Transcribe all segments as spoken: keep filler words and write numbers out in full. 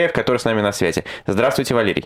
который с нами на связи. Здравствуйте, Валерий.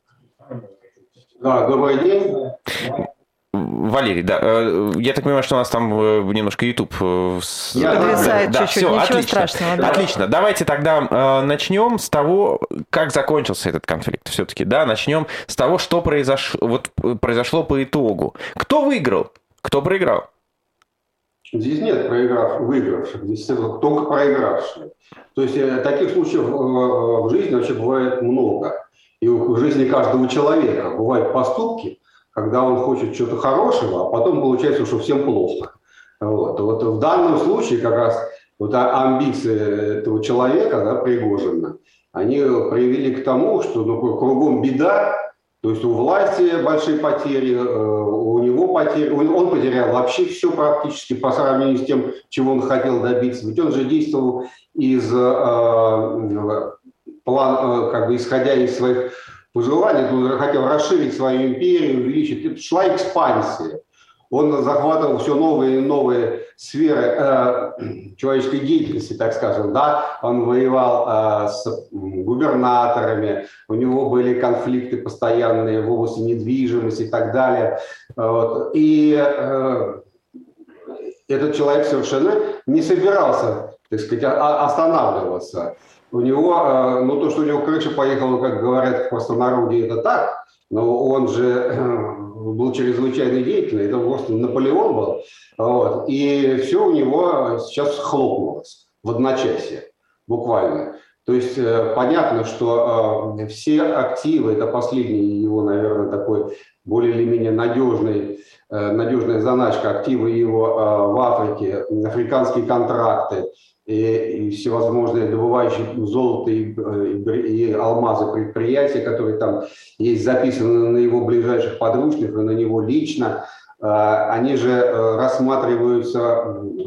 Да, добрый день. Валерий, да. Я так понимаю, что у нас там немножко YouTube подвисает да, чуть-чуть, все, ничего отлично. страшного. Да. Отлично. Давайте тогда э, начнем с того, как закончился этот конфликт. Все-таки, да, начнем с того, что произошло, вот, произошло по итогу. Кто выиграл? Кто проиграл? Здесь нет проиграв, выигравших, здесь только проигравшие. То есть таких случаев в жизни вообще бывает много. И в жизни каждого человека бывают поступки, когда он хочет чего-то хорошего, а потом получается, что всем плохо. Вот. Вот в данном случае как раз вот амбиции этого человека, да, Пригожина, они привели к тому, что ну, кругом беда, то есть у власти большие потери, у него потери, он потерял вообще все практически по сравнению с тем, чего он хотел добиться. Ведь он же действовал из э, план, как бы исходя из своих пожеланий, он хотел расширить свою империю, увеличить. Это шла экспансия. Он захватывал все новые и новые сферы э, человеческой деятельности, так скажем. Да? Он воевал э, с губернаторами, у него были конфликты постоянные в области недвижимости и так далее. Вот. И э, этот человек совершенно не собирался, так сказать, останавливаться. У него, ну то, что у него крыша поехала, как говорят в простонародье, это так, но он же был чрезвычайно деятельный, это просто Наполеон был, вот, и все у него сейчас хлопнулось в одночасье, буквально. То есть понятно, что все активы, это последний его, наверное, такой более или менее надежный, надежная заначка, активы его в Африке, африканские контракты, И, и всевозможные добывающие золото и, и, и алмазы предприятия, которые там есть записаны на его ближайших подручных и на него лично, они же рассматриваются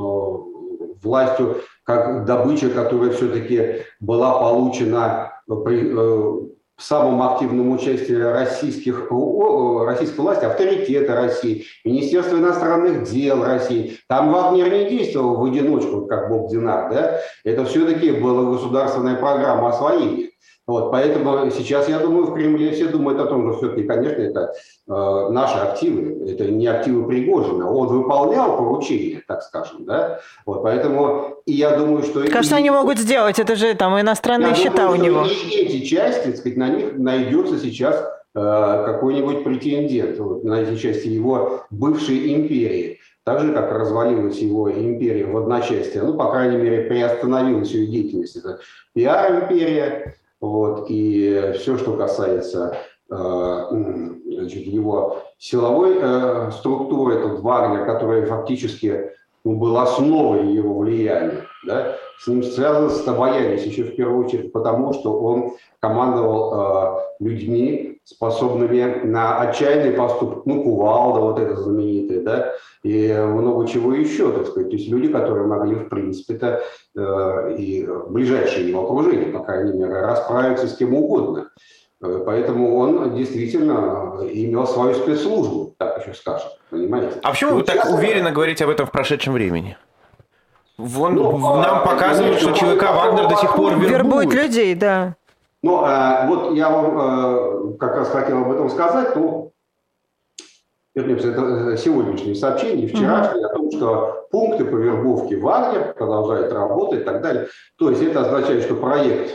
властью как добыча, которая все-таки была получена при самом активном участии российских, российской власти, авторитета России, Министерства иностранных дел России. Там Вагнер не действовал в одиночку, как Боб Динар, да? Это все-таки была государственная программа освоения. Вот, поэтому сейчас, я думаю, в Кремле все думают о том, что все-таки, конечно, это э, наши активы, это не активы Пригожина. Он выполнял поручения, так скажем, да? Вот, поэтому, и я думаю, что... Кажется, и, они могут сделать, это же там иностранные я счета думаю, у него. И эти части, так сказать, на них найдется сейчас э, какой-нибудь претендент, вот, на эти части его бывшей империи. Так же, как развалилась его империя в одночасье, ну, по крайней мере, приостановилась ее деятельность. Это пиар-империя. Вот, и все, что касается э, значит, его силовой э, структуры, это Вагнер, который фактически ну, был основой его влияния, да, с ним связано состояние еще в первую очередь потому, что он командовал э, людьми, способными на отчаянный поступок, ну, Кувалда, вот это знаменитое, да, и много чего еще, так сказать. То есть люди, которые могли, в принципе-то, э, и ближайшее его окружение, по крайней мере, расправиться с кем угодно. Поэтому он действительно имел свою спецслужбу, так еще скажем, понимаете? А почему вы так сейчас... уверенно говорите об этом в прошедшем времени? Вон, ну, нам а, показывают, что ЧВК Вагнер до сих пор вербует. Вербует людей, да. Ну, а, вот я вам а, как раз хотел об этом сказать, ну, вернемся, это сегодняшнее сообщение, вчерашнее, mm-hmm. о том, что пункты по вербовке Вагнер продолжают работать и так далее. То есть это означает, что проект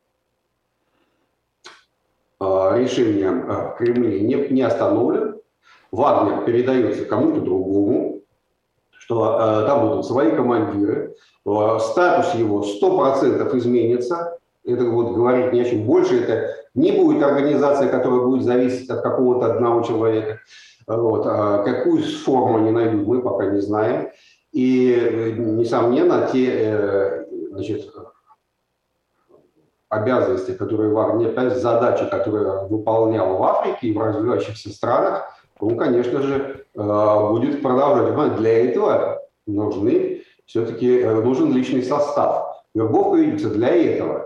а, решения а, в Кремле не, не остановлен, Вагнер передается кому-то другому, что э, там будут свои командиры, э, статус его сто процентов изменится, это вот говорить не о чем. Больше это не будет организация, которая будет зависеть от какого-то одного человека. Вот. А какую форму они найдут, мы пока не знаем. И, несомненно, те э, значит, обязанности, которые Вагнер, задачи, которые выполнял в Африке и в развивающихся странах, он, конечно же, будет продолжать. Для этого нужны, все-таки нужен личный состав. Вербовка ведется для этого.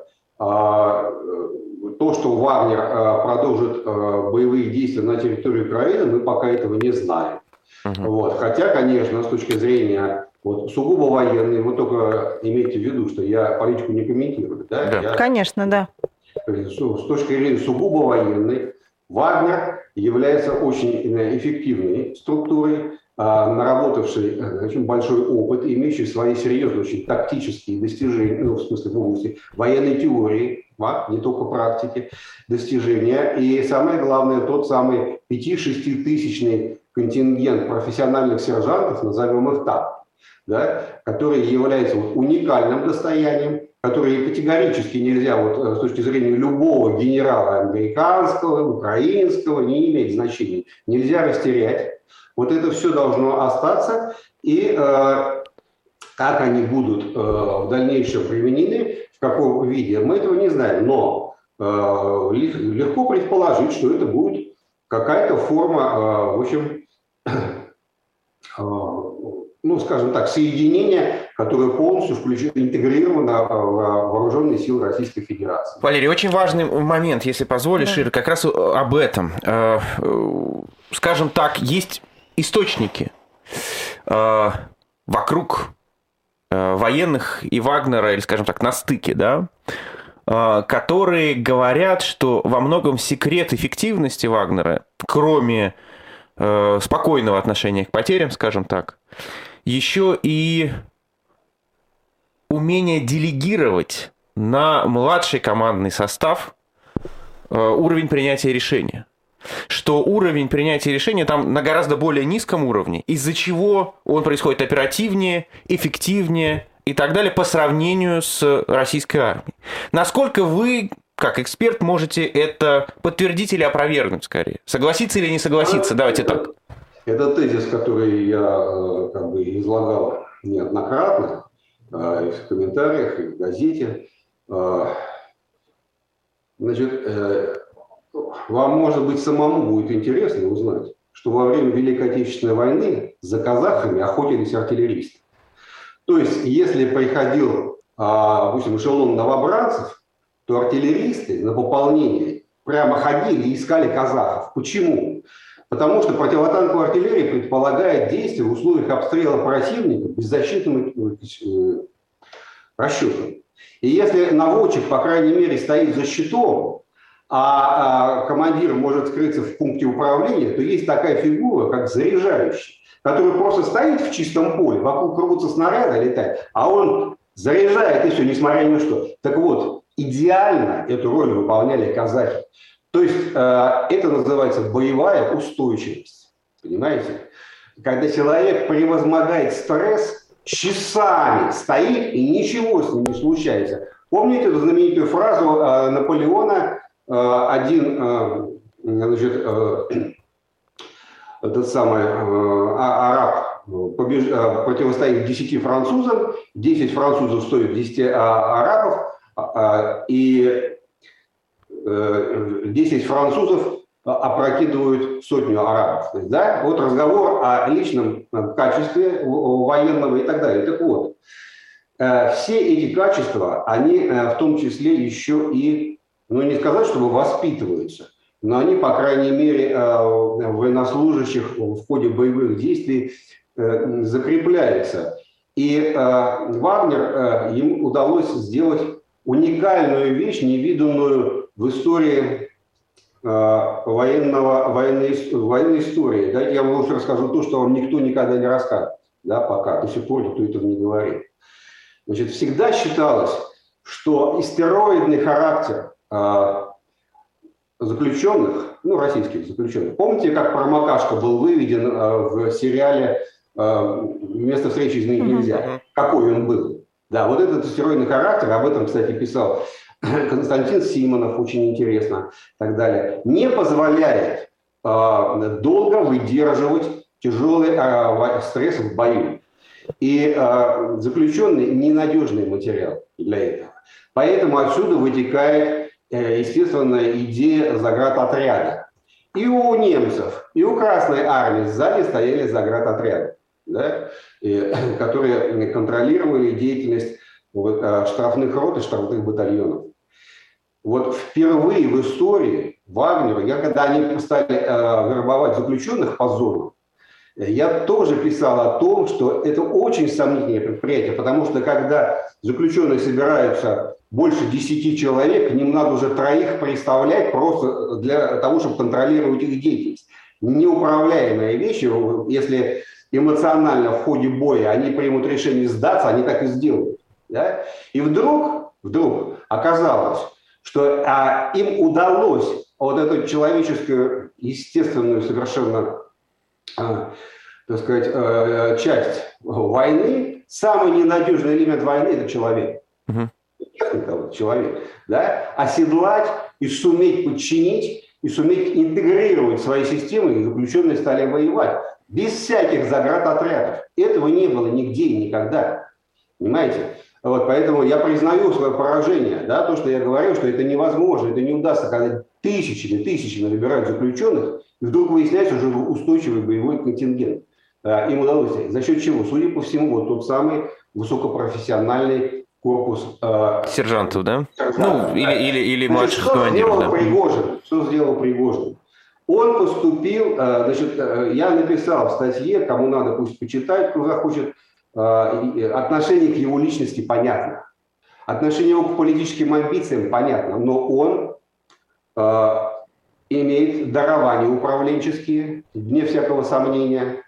То, что Вагнер продолжит боевые действия на территории Украины, мы пока этого не знаем. Uh-huh. Вот. Хотя, конечно, с точки зрения вот, сугубо военной, вы только имейте в виду, что я политику не комментирую. Да? Yeah. Я, конечно, да. с точки зрения сугубо военной, Вагнер является очень эффективной структурой, наработавший очень большой опыт, имеющий свои серьезные, очень тактические достижения, ну, в смысле в области военной теории, а, не только практики, достижения. И самое главное, тот самый пяти-шеститысячный контингент профессиональных сержантов, назовем их так, да, который является вот уникальным достоянием, которые категорически нельзя, вот, с точки зрения любого генерала американского, украинского, не имеет значения, нельзя растерять. Вот это все должно остаться, и э, как они будут э, в дальнейшем применены, в каком виде, мы этого не знаем. Но э, легко предположить, что это будет какая-то форма, э, в общем, э, ну, скажем так, соединения, которое полностью включено, интегрировано в вооруженные силы Российской Федерации. Валерий, очень важный момент, если позволишь, да. Ира, как раз об этом. Э, скажем так, есть источники э, вокруг э, военных и Вагнера, или, скажем так, на стыке, да, э, которые говорят, что во многом секрет эффективности Вагнера, кроме э, спокойного отношения к потерям, скажем так, еще и умение делегировать на младший командный состав э, уровень принятия решения. Что уровень принятия решения там на гораздо более низком уровне, из-за чего он происходит оперативнее, эффективнее и так далее по сравнению с российской армией. Насколько вы, как эксперт, можете это подтвердить или опровергнуть скорее? Согласиться или не согласиться? Давайте так. Это тезис, который я как бы излагал неоднократно и в комментариях, и в газете. Значит, вам, может быть, самому будет интересно узнать, что во время Великой Отечественной войны за казахами охотились артиллеристы. То есть, если приходил, допустим, эшелон новобранцев, то артиллеристы на пополнение прямо ходили и искали казахов. Почему? Потому что противотанковая артиллерия предполагает действие в условиях обстрела противника беззащитным расчетом. И если наводчик, по крайней мере, стоит за щитом, а, а командир может скрыться в пункте управления, то есть такая фигура, как заряжающий, который просто стоит в чистом поле, вокруг рвутся снаряды, летает, а он заряжает и все, несмотря ни на что. Так вот, идеально эту роль выполняли казахи. То есть э, это называется боевая устойчивость. Понимаете? Когда человек превозмогает стресс, часами стоит и ничего с ним не случается. Помните эту знаменитую фразу э, Наполеона? Один, значит, этот самый араб побеж... противостоит десяти французам, десять французов стоят десяти арабов, и десять французов опрокидывают сотню арабов. Да? Вот разговор о личном качестве военного и так далее. Так вот, все эти качества, они в том числе еще и, ну, не сказать, чтобы воспитываются, но они, по крайней мере, военнослужащих в ходе боевых действий закрепляются. И Вагнер, им удалось сделать уникальную вещь, невиданную в истории военного, военной, военной истории. Дайте я вам лучше расскажу то, что вам никто никогда не расскажет, да, пока, до сих пор никто этого не говорит. Значит, всегда считалось, что истероидный характер заключенных, ну, российских заключенных. Помните, как Промокашка был выведен в сериале «Место встречи изменить нельзя»? Какой он был? Да, вот этот истероидный характер, об этом, кстати, писал Константин Симонов, очень интересно, и так далее, не позволяет долго выдерживать тяжелый стресс в бою. И заключенный ненадежный материал для этого. Поэтому отсюда вытекает, естественно, идея заградотряда. И у немцев, и у Красной Армии сзади стояли заградотряды, да, и, которые контролировали деятельность вот, штрафных рот и штрафных батальонов. Вот впервые в истории Вагнера, я, когда они стали э, вербовать заключенных по зонам, я тоже писал о том, что это очень сомнительное предприятие, потому что когда заключенные собираются больше десяти человек, к ним надо уже троих представлять просто для того, чтобы контролировать их деятельность. Неуправляемые вещи, если эмоционально в ходе боя они примут решение сдаться, они так и сделают. Да? И вдруг, вдруг оказалось, что а, им удалось вот эту человеческую, естественную совершенно, а, так сказать, а, часть войны, самый ненадежный элемент войны – это человек. Uh-huh. Техника, человек. Да? Оседлать и суметь подчинить, и суметь интегрировать свои системы, и заключенные стали воевать. Без всяких заградотрядов. Этого не было нигде и никогда. Понимаете? Вот, поэтому я признаю свое поражение. Да, то, что я говорил, что это невозможно, это не удастся, когда тысячами, тысячами набирают заключенных, и вдруг выясняется уже устойчивый боевой контингент. А, им удалось. За счет чего? Судя по всему, вот тот самый высокопрофессиональный корпус... Э, сержантов, да? Сержантов, ну, да. или, или, или значит, младших что командиров. Сделал Да. Пригожин? Что сделал Пригожин? Он поступил, э, значит, э, я написал в статье, кому надо, пусть почитать, кто захочет, э, отношение к его личности понятно. Отношение его к политическим амбициям понятно, но он э, имеет дарования управленческие, вне всякого сомнения.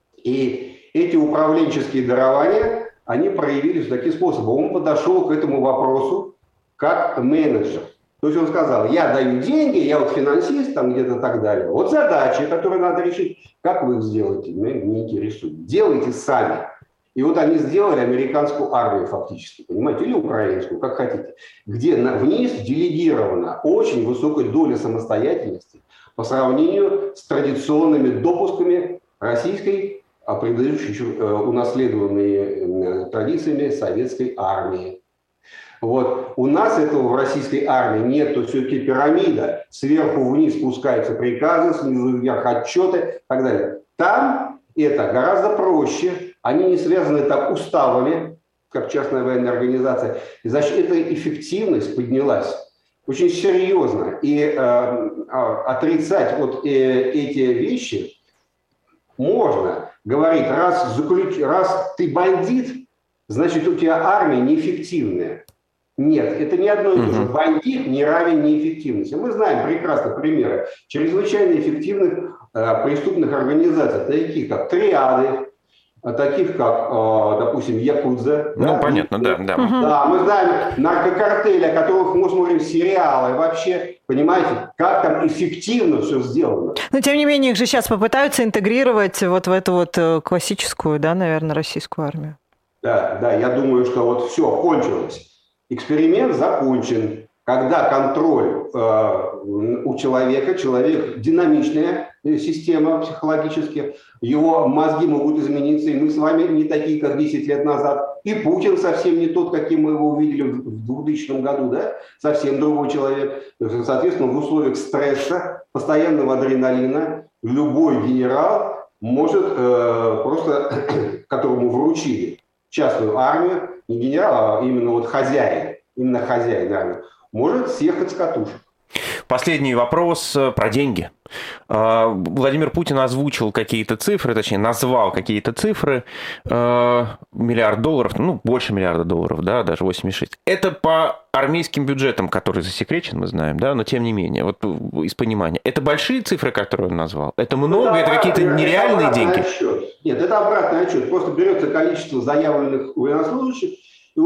И эти управленческие дарования, они проявились таким способом. Он подошел к этому вопросу как менеджер. То есть он сказал, я даю деньги, я вот финансист, там где-то так далее. Вот задачи, которые надо решить, как вы их сделаете, меня не интересует. Делайте сами. И вот они сделали американскую армию фактически, понимаете, или украинскую, как хотите, где вниз делегирована очень высокая доля самостоятельности по сравнению с традиционными допусками российской, а предыдущие унаследованные традициями советской армии. Вот. У нас этого в российской армии нет, то все-таки пирамида. Сверху вниз спускаются приказы, снизу вверх отчеты и так далее. Там это гораздо проще. Они не связаны так уставами, как частная военная организация. И за счет этой эффективность поднялась очень серьезно. И э, э, отрицать вот э, эти вещи можно. Говорит, раз, заключ... раз ты бандит, значит у тебя армия неэффективная. Нет, это не одно и то же. Бандит не равен неэффективности. Мы знаем прекрасно примеры чрезвычайно эффективных э, преступных организаций, таких как триады, таких как, э, допустим, якудза. Ну, да? понятно, да, да. Да, мы знаем наркокартели, о которых мы смотрим сериалы. Вообще, понимаете, как там эффективно все сделано. Но, тем не менее, их же сейчас попытаются интегрировать вот в эту вот классическую, да, наверное, российскую армию. Да, да, я думаю, что вот все, кончилось. Эксперимент закончен. Когда контроль э, у человека, человек динамичная система психологически, его мозги могут измениться, и мы с вами не такие, как десять лет назад. И Путин совсем не тот, каким мы его увидели в двухтысячном году, да? Совсем другой человек. Соответственно, в условиях стресса, постоянного адреналина, любой генерал может э, просто, которому вручили частную армию, не генерал, а именно вот хозяин, именно хозяин армии, может съехать с катушек. Последний вопрос про деньги. Владимир Путин озвучил какие-то цифры, точнее, назвал какие-то цифры. Миллиард долларов, ну, больше миллиарда долларов, да, даже восемьдесят шесть. Это по армейским бюджетам, который засекречен, мы знаем, да, но тем не менее, вот из понимания. Это большие цифры, которые он назвал? Это много? Это, это какие-то нереальные это деньги? Отчет. Нет, это обратный отчет. Просто берется количество заявленных военнослужащих и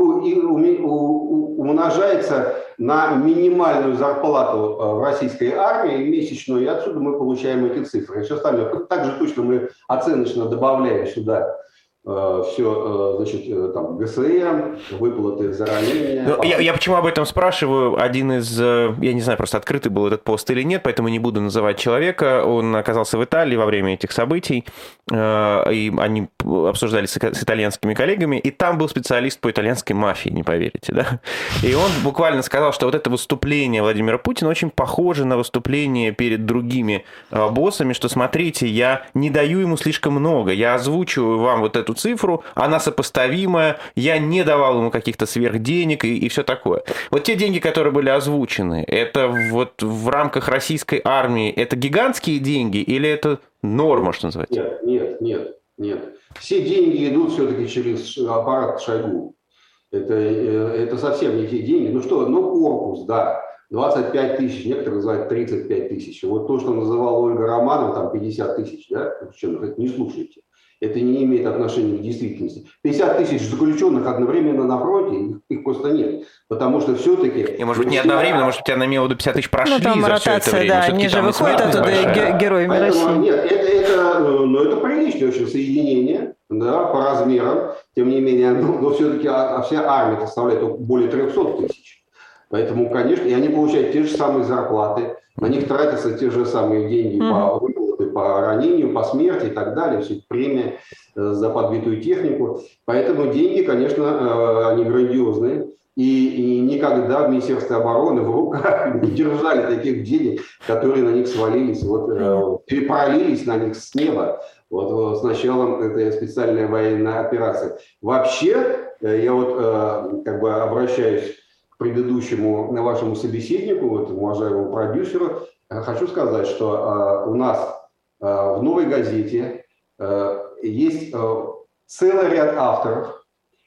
умножается на минимальную зарплату в российской армии месячную, и отсюда мы получаем эти цифры. И все остальное. Также точно мы оценочно добавляем сюда э, все, э, значит, там, ГСМ, выплаты за ранения. Я, я почему об этом спрашиваю? Один из, я не знаю, просто открытый был этот пост или нет, поэтому не буду называть человека. Он оказался в Италии во время этих событий, э, и они обсуждали с, с итальянскими коллегами, и там был специалист по итальянской мафии, не поверите, да? И он буквально сказал, что вот это выступление Владимира Путина очень похоже на выступление перед другими э, боссами, что смотрите, я не даю ему слишком много, я озвучиваю вам вот эту цифру, она сопоставимая, я не давал ему каких-то сверхденег и, и все такое. Вот те деньги, которые были озвучены, это вот в рамках российской армии, это гигантские деньги или это норма, что называется? Нет, нет, нет, нет. Все деньги идут все-таки через аппарат Шойгу. Это, это совсем не те деньги. Ну что, ну корпус, да, двадцать пять тысяч, некоторые называют тридцать пять тысяч. Вот то, что называла Ольга Романова, там пятьдесят тысяч, да, это не слушайте. Это не имеет отношения к действительности. пятьдесят тысяч заключенных одновременно на фронте, их, их просто нет. Потому что все-таки... И, может быть, не одновременно, может быть, она имела в виду пятьдесят тысяч прошли ну, там за ротация, все это время. Да, они же выходят оттуда ге- героями Поэтому, России. Нет, это, это, ну, это приличное очень соединение, да, по размерам. Тем не менее, ну, но все-таки а, вся армия составляет более трехсот тысяч. Поэтому, конечно, и они получают те же самые зарплаты, на них тратятся те же самые деньги mm-hmm. по выплаты, по ранению, по смерти и так далее, все это премия за подбитую технику. Поэтому деньги, конечно, они грандиозные. И, и никогда в Министерстве обороны в руках не держали таких денег, которые на них свалились, вот, перепролились на них с неба вот, вот, с началом этой специальной военной операции. Вообще, я вот как бы обращаюсь к предыдущему вашему собеседнику, вот, уважаемому продюсеру, хочу сказать, что у нас в «Новой газете» есть целый ряд авторов.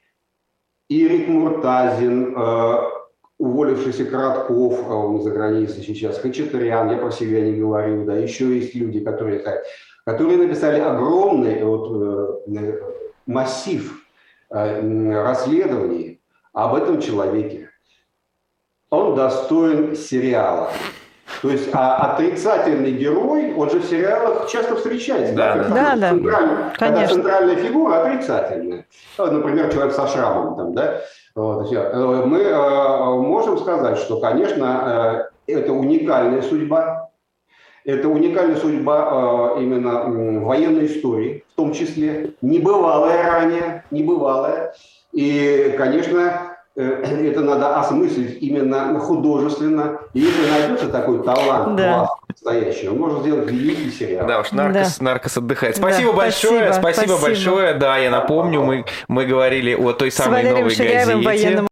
Ирик Муртазин, э, уволившийся Коротков, он за границей сейчас, Хачатурян, я про себя не говорю, да, еще есть люди, которые, которые написали огромный вот, э, массив э, расследований об этом человеке. Он достоин сериала. То есть а отрицательный герой, он же в сериалах часто встречается. Да, да, да, да. Центральная, когда центральная фигура отрицательная. Например, человек со шрамом. Там, да? Вот, мы э, можем сказать, что, конечно, э, это уникальная судьба. Это уникальная судьба э, именно э, военной истории, в том числе. Небывалая ранее, небывалая. И, конечно... это надо осмыслить именно художественно. И если найдется такой талант, да. настоящий, он может сделать великий сериал. Да уж, наркос, да. наркос отдыхает. Спасибо да, большое, спасибо, спасибо большое. Да, я напомню, мы, мы говорили о той самой Новой газете.